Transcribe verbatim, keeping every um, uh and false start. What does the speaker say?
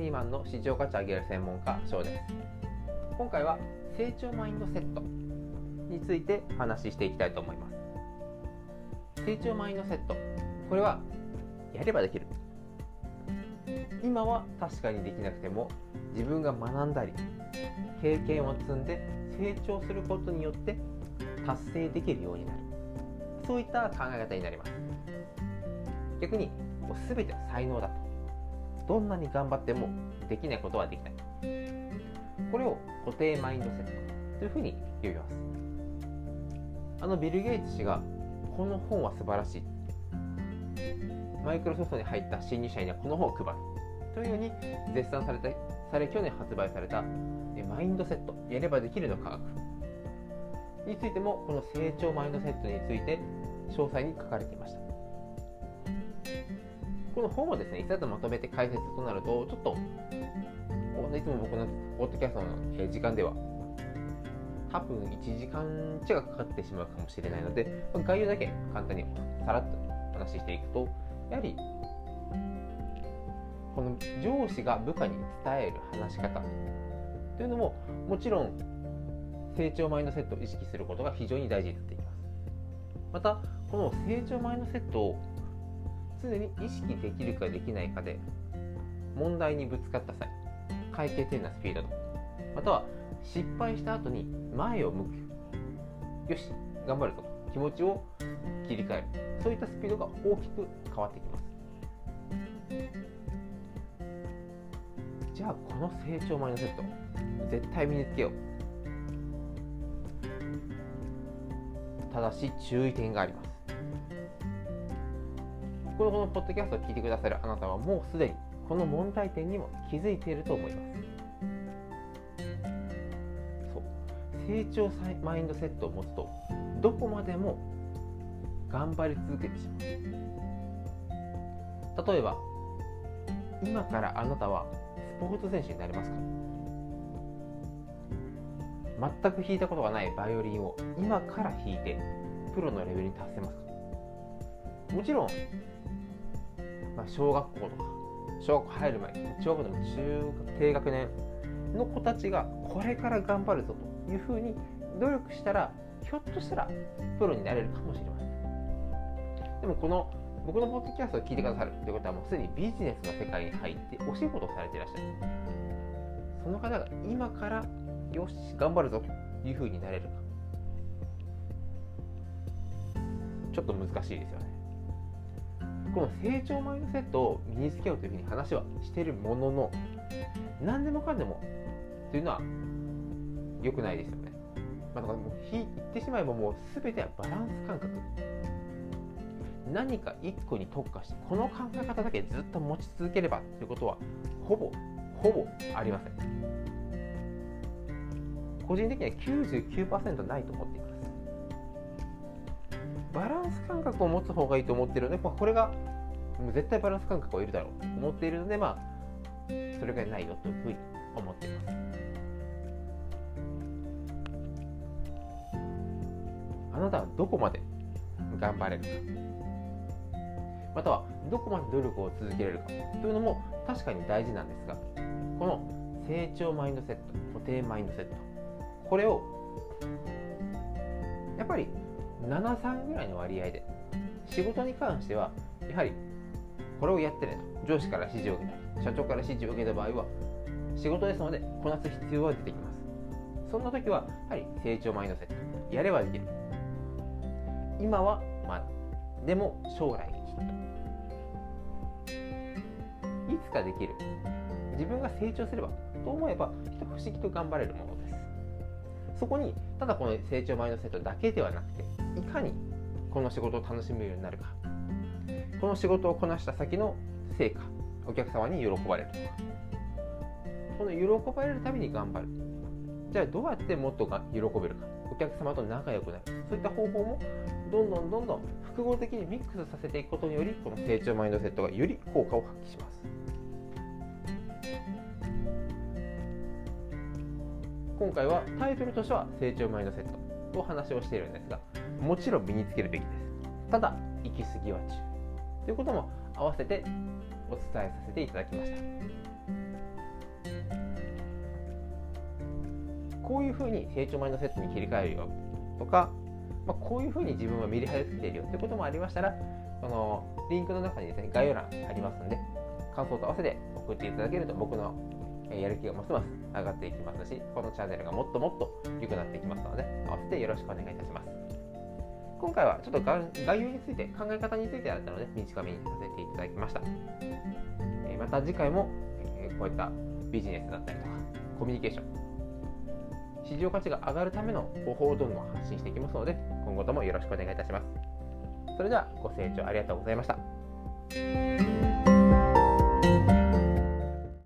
未満の市場価値を上げる専門家翔です。今回は成長マインドセットについて話ししていきたいと思います。成長マインドセット、これはやればできる。今は確かにできなくても、自分が学んだり経験を積んで成長することによって達成できるようになる、そういった考え方になります。逆にもう全て才能だと、どんなに頑張ってもできないことはできない、これを固定マインドセットというふうに呼びます。あのビル・ゲイツ氏がこの本は素晴らしい、マイクロソフトに入った新入社員にはこの本を配るというように絶賛されたされ去年発売されたマインドセット、やればできるの科学についても、この成長マインドセットについて詳細に書かれていました。この本をですね、一冊まとめて解説となると、ちょっといつも僕のポッドキャストの時間では多分いちじかん近くかかってしまうかもしれないので、概要だけ簡単にさらっと話していくと、やはりこの上司が部下に伝える話し方というのも、もちろん成長マインドセットを意識することが非常に大事になっています。またこの成長マインドセットを常に意識できるかできないかで、問題にぶつかった際解決へのスピードと、または失敗した後に前を向く、よし頑張るぞと気持ちを切り替える、そういったスピードが大きく変わってきます。じゃあこの成長マインドセット絶対身につけよう。ただし注意点があります。このこのポッドキャストを聞いてくださるあなたはもうすでにこの問題点にも気づいていると思います。そう、成長マインドセットを持つとどこまでも頑張り続けてしまう。例えば今からあなたはスポーツ選手になりますか？全く弾いたことがないバイオリンを今から弾いてプロのレベルに達せますか？もちろん、まあ、小学校とか小学校入る前、小学校でも中学低学年の子たちがこれから頑張るぞというふうに努力したら、ひょっとしたらプロになれるかもしれません。でもこの僕のポッドキャストを聞いてくださるということは、もうすでにビジネスの世界に入ってお仕事をされていらっしゃる。その方が今からよし頑張るぞというふうになれるか、ちょっと難しいですよね。この成長マインドセットを身につけようというふうに話はしているものの、何でもかんでもというのは良くないですよね。まあ、だからもう言ってしまえば、もう全てはバランス感覚。何か一個に特化してこの考え方だけずっと持ち続ければということはほぼほぼありません。個人的には きゅうじゅうきゅうパーセント ないと思っています。バランス感覚を持つ方がいいと思っているので、まあ、これが絶対バランス感覚はいるだろうと思っているので、まあそれがないよというふうに思っています。あなたはどこまで頑張れるか、またはどこまで努力を続けられるかというのも確かに大事なんですが、この成長マインドセット、固定マインドセット、これをやっぱりななさんぐらいの割合で、仕事に関してはやはりこれをやってねと上司から指示を受けたり社長から指示を受けた場合は、仕事ですのでこなす必要は出てきます。そんな時はやはり成長マインドセット、やればできる、今はまだでも将来きっといつかできる、自分が成長すればと思えば不思議と頑張れるものです。そこにただこの成長マインドセットだけではなくて、いかにこの仕事を楽しめるようになるか、この仕事をこなした先の成果、お客様に喜ばれるとか、この喜ばれるために頑張る。じゃあどうやってもっとが喜べるか、お客様と仲良くなる、そういった方法もどんどんどんどん複合的にミックスさせていくことにより、この成長マインドセットがより効果を発揮します。今回はタイトルとしては成長マインドセットと話をしているんですが、もちろん身につけるべきです。ただ行き過ぎは注意ということも合わせてお伝えさせていただきました。 こういうふうに成長マインドセットに切り替えるよとか、まあ、こういうふうに自分はメリハリつけているよということもありましたら、このリンクの中にですね、概要欄ありますので、感想と合わせて送っていただけると僕のやる気がますます上がっていきますし、このチャンネルがもっともっと良くなっていきますので、合わせてよろしくお願いいたします。今回はちょっと概要について、考え方についてだったので短めにさせていただきました。また次回もこういったビジネスだったりとかコミュニケーション、市場価値が上がるための方法をどんどん発信していきますので、今後ともよろしくお願いいたします。それではご清聴ありがとうございました。